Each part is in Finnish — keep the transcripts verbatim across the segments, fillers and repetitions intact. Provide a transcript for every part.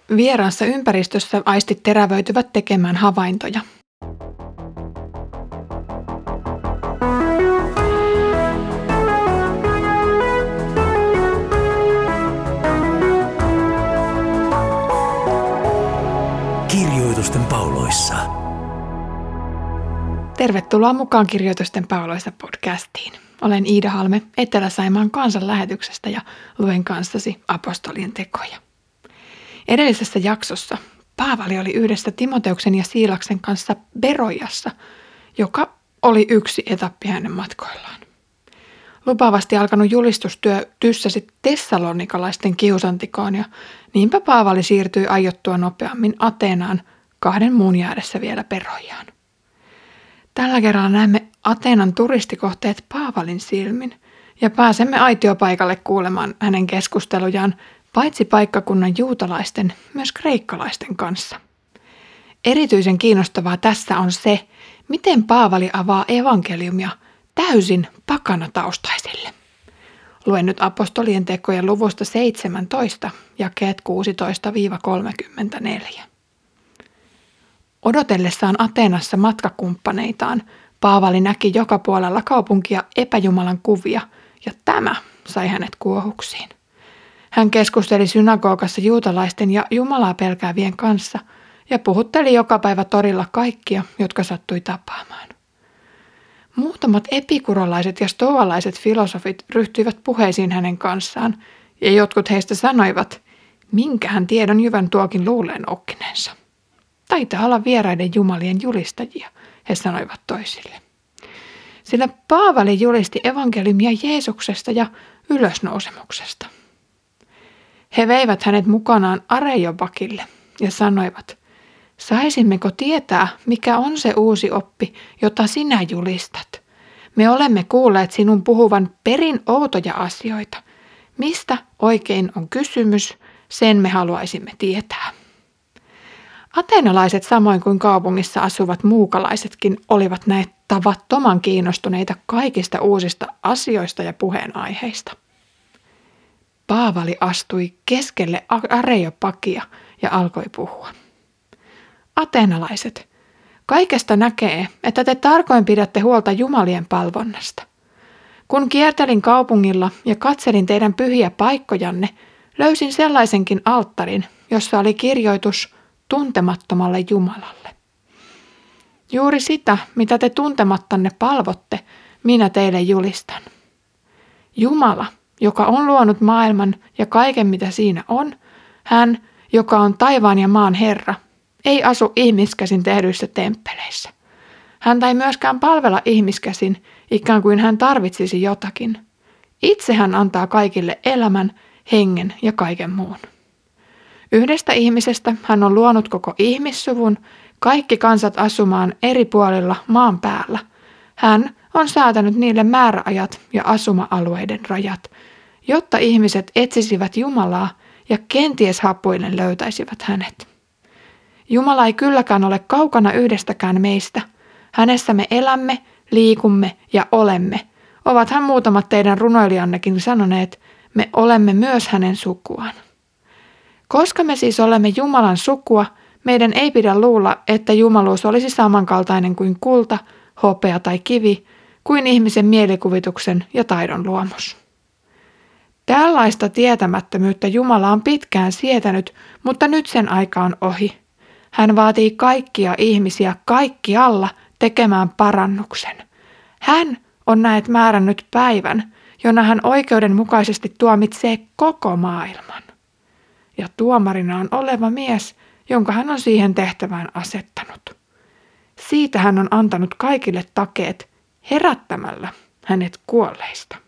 Vieraassa ympäristössä aistit terävöityvät tekemään havaintoja. Kirjoitusten pauloissa. Tervetuloa mukaan Kirjoitusten pauloissa podcastiin. Olen Iida Halme Etelä-Saimaan kansanlähetyksestä ja luen kanssasi apostolien tekoja. Edellisessä jaksossa Paavali oli yhdessä Timoteuksen ja Siilaksen kanssa Berojassa, joka oli yksi etappi hänen matkoillaan. Lupaavasti alkanut julistustyö tyssäsi tessalonikalaisten kiusantikoon ja niinpä Paavali siirtyi aiottua nopeammin Ateenaan kahden muun jäädessä vielä Berojaan. Tällä kerralla näemme Ateenan turistikohteet Paavalin silmin ja pääsemme aitiopaikalle kuulemaan hänen keskustelujaan paitsi paikkakunnan juutalaisten, myös kreikkalaisten kanssa. Erityisen kiinnostavaa tässä on se, miten Paavali avaa evankeliumia täysin pakanataustaisille. Luen nyt apostolien tekojen luvusta seitsemäntoista, jakeet kuusitoista kolmekymmentäneljä. Odotellessaan Ateenassa matkakumppaneitaan, Paavali näki joka puolella kaupunkia epäjumalan kuvia, ja tämä sai hänet kuohuksiin. Hän keskusteli synagogassa juutalaisten ja Jumalaa pelkäävien kanssa ja puhutteli joka päivä torilla kaikkia, jotka sattui tapaamaan. Muutamat epikurolaiset ja stoalaiset filosofit ryhtyivät puheisiin hänen kanssaan, ja jotkut heistä sanoivat, minkähän tiedon jyvän tuokin luuleen okkinensa. Taitaa olla vieraiden jumalien julistajia, he sanoivat toisille. Sillä Paavali julisti evankeliumia Jeesuksesta ja ylösnousemuksesta. He veivät hänet mukanaan Areopagille ja sanoivat, saisimmeko tietää, mikä on se uusi oppi, jota sinä julistat? Me olemme kuulleet sinun puhuvan perin outoja asioita. Mistä oikein on kysymys, sen me haluaisimme tietää. Ateenalaiset samoin kuin kaupungissa asuvat muukalaisetkin olivat näet tavattoman kiinnostuneita kaikista uusista asioista ja puheenaiheista. Paavali astui keskelle Areopagia ja alkoi puhua. Ateenalaiset, kaikesta näkee, että te tarkoin pidätte huolta jumalien palvonnasta. Kun kiertelin kaupungilla ja katselin teidän pyhiä paikkojanne, löysin sellaisenkin alttarin, jossa oli kirjoitus tuntemattomalle Jumalalle. Juuri sitä, mitä te tuntemattanne palvotte, minä teille julistan. Jumala, joka on luonut maailman ja kaiken mitä siinä on, hän, joka on taivaan ja maan Herra, ei asu ihmiskäsin tehdyissä temppeleissä. Häntä ei myöskään palvella ihmiskäsin, ikään kuin hän tarvitsisi jotakin. Itse hän antaa kaikille elämän, hengen ja kaiken muun. Yhdestä ihmisestä hän on luonut koko ihmissuvun, kaikki kansat asumaan eri puolilla maan päällä. Hän on säätänyt niille määräajat ja asuma-alueiden rajat, jotta ihmiset etsisivät Jumalaa ja kenties hapuillen löytäisivät hänet. Jumala ei kylläkään ole kaukana yhdestäkään meistä. Hänessä me elämme, liikumme ja olemme. Ovathan muutamat teidän runoilijannekin sanoneet, me olemme myös hänen sukuaan. Koska me siis olemme Jumalan sukua, meidän ei pidä luulla, että jumaluus olisi samankaltainen kuin kulta, hopea tai kivi, kuin ihmisen mielikuvituksen ja taidon luomus. Tällaista tietämättömyyttä Jumala on pitkään sietänyt, mutta nyt sen aika on ohi. Hän vaatii kaikkia ihmisiä kaikkialla tekemään parannuksen. Hän on näet määrännyt päivän, jona hän oikeudenmukaisesti tuomitsee koko maailman. Ja tuomarina on oleva mies, jonka hän on siihen tehtävään asettanut. Siitä hän on antanut kaikille takeet herättämällä hänet kuolleista.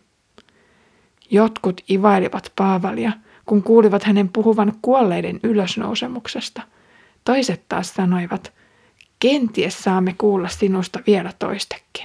Jotkut ivailivat Paavalia, kun kuulivat hänen puhuvan kuolleiden ylösnousemuksesta. Toiset taas sanoivat, kenties saamme kuulla sinusta vielä toistekin.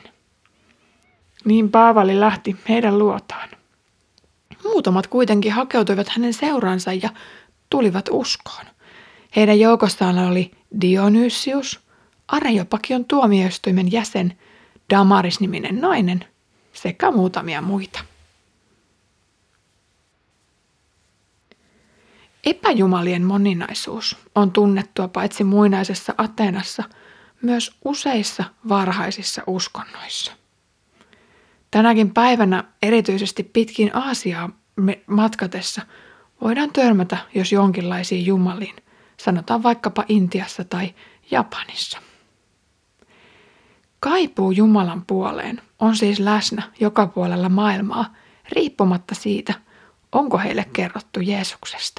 Niin Paavali lähti heidän luotaan. Muutamat kuitenkin hakeutuivat hänen seuraansa ja tulivat uskoon. Heidän joukossaan oli Dionysius, Areopagion tuomioistuimen jäsen, Damaris-niminen nainen sekä muutamia muita. Epäjumalien moninaisuus on tunnettua paitsi muinaisessa Ateenassa, myös useissa varhaisissa uskonnoissa. Tänäkin päivänä erityisesti pitkin Aasiaa matkatessa voidaan törmätä jos jonkinlaisiin jumaliin, sanotaan vaikkapa Intiassa tai Japanissa. Kaipuu Jumalan puoleen on siis läsnä joka puolella maailmaa, riippumatta siitä, onko heille kerrottu Jeesuksesta.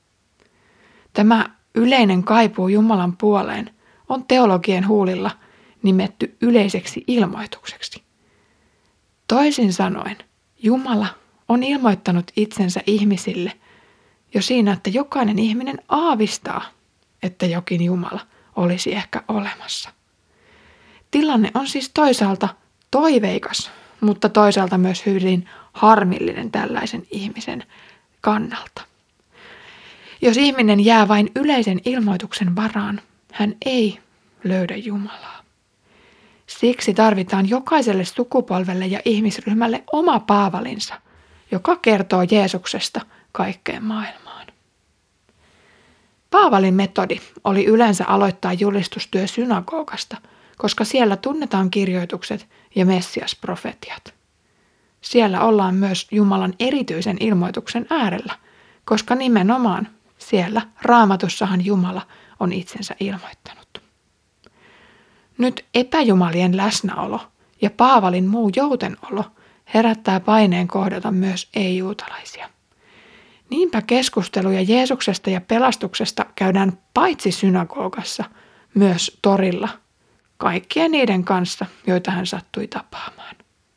Tämä yleinen kaipuu Jumalan puoleen on teologien huulilla nimetty yleiseksi ilmoitukseksi. Toisin sanoen, Jumala on ilmoittanut itsensä ihmisille jo siinä, että jokainen ihminen aavistaa, että jokin Jumala olisi ehkä olemassa. Tilanne on siis toisaalta toiveikas, mutta toisaalta myös hyvin harmillinen tällaisen ihmisen kannalta. Jos ihminen jää vain yleisen ilmoituksen varaan, hän ei löydä Jumalaa. Siksi tarvitaan jokaiselle sukupolvelle ja ihmisryhmälle oma paavalinsa, joka kertoo Jeesuksesta kaikkeen maailmaan. Paavalin metodi oli yleensä aloittaa julistustyö synagogasta, koska siellä tunnetaan kirjoitukset ja Messias-profetiat. Siellä ollaan myös Jumalan erityisen ilmoituksen äärellä, koska nimenomaan siellä Raamatussahan Jumala on itsensä ilmoittanut. Nyt epäjumalien läsnäolo ja Paavalin muu joutenolo herättää paineen kohdata myös ei-juutalaisia. Niinpä keskusteluja Jeesuksesta ja pelastuksesta käydään paitsi synagogassa, myös torilla, kaikkien niiden kanssa, joita hän sattui tapaamaan.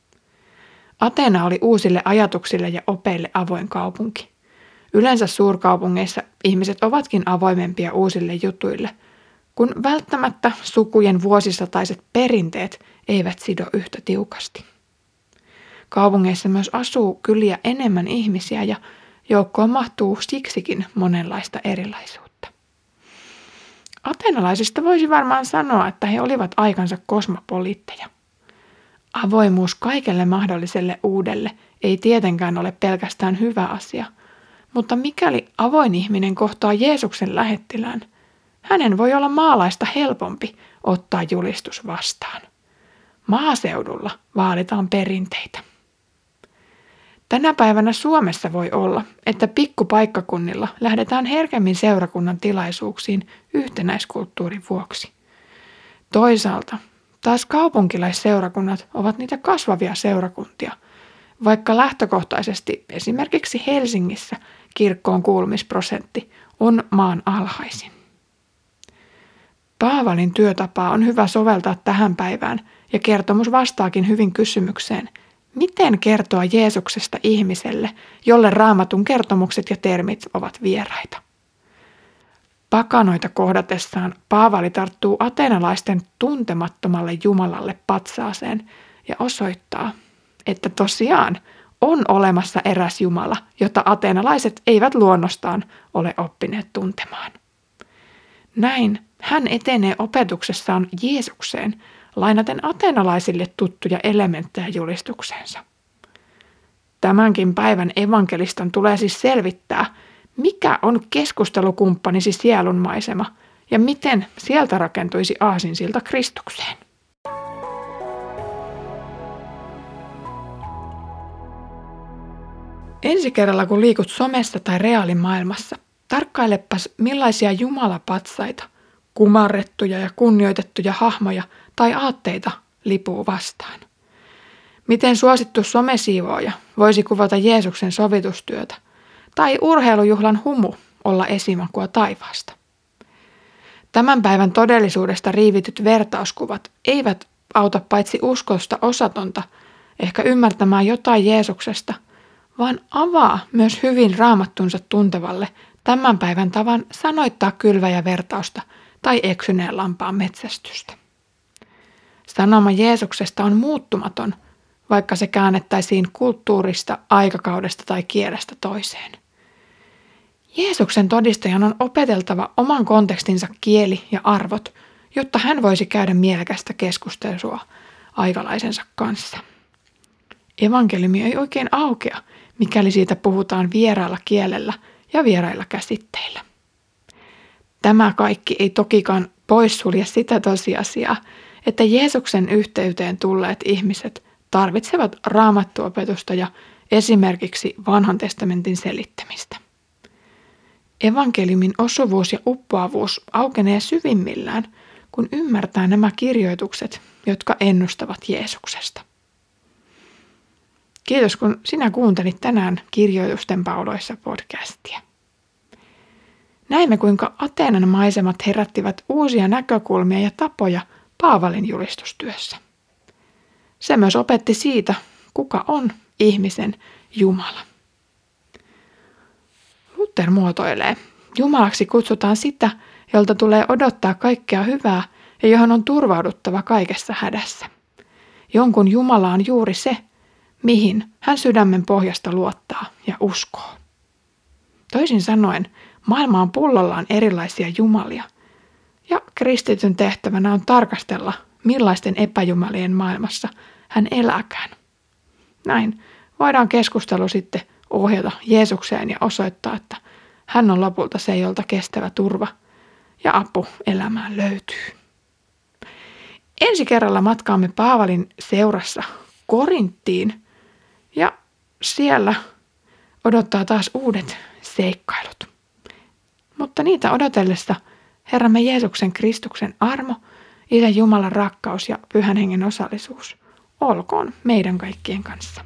Ateena oli uusille ajatuksille ja opeille avoin kaupunki. Yleensä suurkaupungeissa ihmiset ovatkin avoimempia uusille jutuille, kun välttämättä sukujen vuosisataiset perinteet eivät sido yhtä tiukasti. Kaupungeissa myös asuu kyliä enemmän ihmisiä ja joukkoon mahtuu siksikin monenlaista erilaisuutta. Ateenalaisista voisi varmaan sanoa, että he olivat aikansa kosmopoliitteja. Avoimuus kaikelle mahdolliselle uudelle ei tietenkään ole pelkästään hyvä asia, mutta mikäli avoin ihminen kohtaa Jeesuksen lähettilään, hänen voi olla maalaista helpompi ottaa julistus vastaan. Maaseudulla vaalitaan perinteitä. Tänä päivänä Suomessa voi olla, että pikkupaikkakunnilla lähdetään herkemmin seurakunnan tilaisuuksiin yhtenäiskulttuurin vuoksi. Toisaalta taas kaupunkilaisseurakunnat ovat niitä kasvavia seurakuntia, vaikka lähtökohtaisesti esimerkiksi Helsingissä kirkkoon kuulumisprosentti on maan alhaisin. Paavalin työtapaa on hyvä soveltaa tähän päivään ja kertomus vastaakin hyvin kysymykseen, miten kertoa Jeesuksesta ihmiselle, jolle Raamatun kertomukset ja termit ovat vieraita. Pakanoita kohdatessaan Paavali tarttuu ateenalaisten tuntemattomalle Jumalalle patsaaseen ja osoittaa, että tosiaan on olemassa eräs Jumala, jota ateenalaiset eivät luonnostaan ole oppineet tuntemaan. Näin hän etenee opetuksessaan Jeesukseen, lainaten ateenalaisille tuttuja elementtejä julistukseensa. Tämänkin päivän evankelistan tulee siis selvittää, mikä on keskustelukumppanisi sielunmaisema ja miten sieltä rakentuisi aasinsilta Kristukseen. Ensi kerralla kun liikut somessa tai reaalimaailmassa, tarkkailepas millaisia jumalapatsaita, kumarrettuja ja kunnioitettuja hahmoja tai aatteita lipuu vastaan. Miten suosittu somesiivooja voisi kuvata Jeesuksen sovitustyötä tai urheilujuhlan humu olla esimakua taivaasta. Tämän päivän todellisuudesta riivityt vertauskuvat eivät auta paitsi uskosta osatonta ehkä ymmärtämään jotain Jeesuksesta, vaan avaa myös hyvin raamattunsa tuntevalle tämän päivän tavan sanoittaa kylväjävertausta tai eksyneen lampaan metsästystä. Sanoma Jeesuksesta on muuttumaton, vaikka se käännettäisiin kulttuurista, aikakaudesta tai kielestä toiseen. Jeesuksen todistajan on opeteltava oman kontekstinsa kieli ja arvot, jotta hän voisi käydä mielekästä keskustelua aikalaisensa kanssa. Evankeliumi ei oikein aukea, mikäli siitä puhutaan vieraalla kielellä ja vierailla käsitteillä. Tämä kaikki ei tokikaan poissulje sitä tosiasiaa, että Jeesuksen yhteyteen tulleet ihmiset tarvitsevat raamattuopetusta ja esimerkiksi vanhan testamentin selittämistä. Evankeliumin osuvuus ja uppoavuus aukenee syvimmillään, kun ymmärtää nämä kirjoitukset, jotka ennustavat Jeesuksesta. Kiitos, kun sinä kuuntelit tänään Kirjoitusten pauloissa podcastia. Näimme, kuinka Ateenan maisemat herättivät uusia näkökulmia ja tapoja Paavalin julistustyössä. Se myös opetti siitä, kuka on ihmisen Jumala. Luther muotoilee, Jumalaksi kutsutaan sitä, jolta tulee odottaa kaikkea hyvää ja johon on turvauduttava kaikessa hädässä. Jonkun Jumala on juuri se, mihin hän sydämen pohjasta luottaa ja uskoo. Toisin sanoen, maailma on pullollaan erilaisia jumalia, ja kristityn tehtävänä on tarkastella, millaisten epäjumalien maailmassa hän elääkään. Näin voidaan keskustelu sitten ohjata Jeesukseen ja osoittaa, että hän on lopulta se, jolta kestävä turva ja apu elämään löytyy. Ensi kerralla matkaamme Paavalin seurassa Korinttiin ja siellä odottaa taas uudet seikkailut. Mutta niitä odotellessa Herramme Jeesuksen Kristuksen armo, Isän Jumalan rakkaus ja Pyhän Hengen osallisuus olkoon meidän kaikkien kanssa.